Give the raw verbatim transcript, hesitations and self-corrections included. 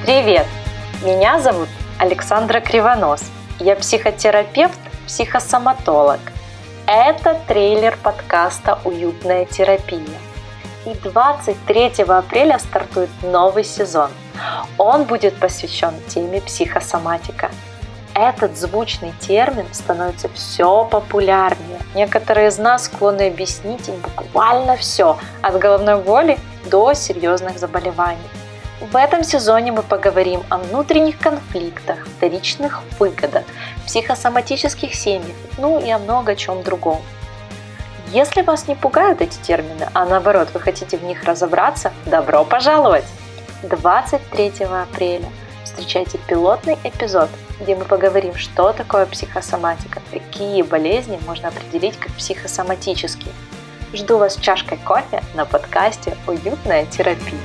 Привет! Меня зовут Александра Кривонос. Я психотерапевт, психосоматолог. Это трейлер подкаста «Уютная терапия». И двадцать третьего апреля стартует новый сезон. Он будет посвящен теме психосоматика. Этот звучный термин становится все популярнее. Некоторые из нас склонны объяснить им буквально все, от головной боли до серьезных заболеваний. В этом сезоне мы поговорим о внутренних конфликтах, вторичных выгодах, психосоматических семьях, ну и о много чем другом. Если вас не пугают эти термины, а наоборот вы хотите в них разобраться, добро пожаловать! двадцать третьего апреля встречайте пилотный эпизод, где мы поговорим, что такое психосоматика, какие болезни можно определить как психосоматические. Жду вас с чашкой кофе на подкасте «Уютная терапия».